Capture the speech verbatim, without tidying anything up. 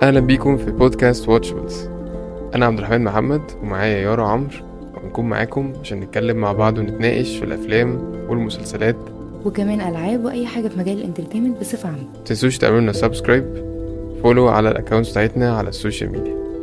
اهلا بيكم في بودكاست واتشبلز. انا عبد الرحمن محمد ومعايا يارا عمرو، وهنكون معاكم عشان نتكلم مع بعض ونتناقش في الافلام والمسلسلات، وكمان ألعاب وأي حاجة في مجال الانترتينمنت بصفة عامة. متنسوش تعملوا لنا سبسكرايب فولو على الاكونت بتاعتنا على السوشيال ميديا.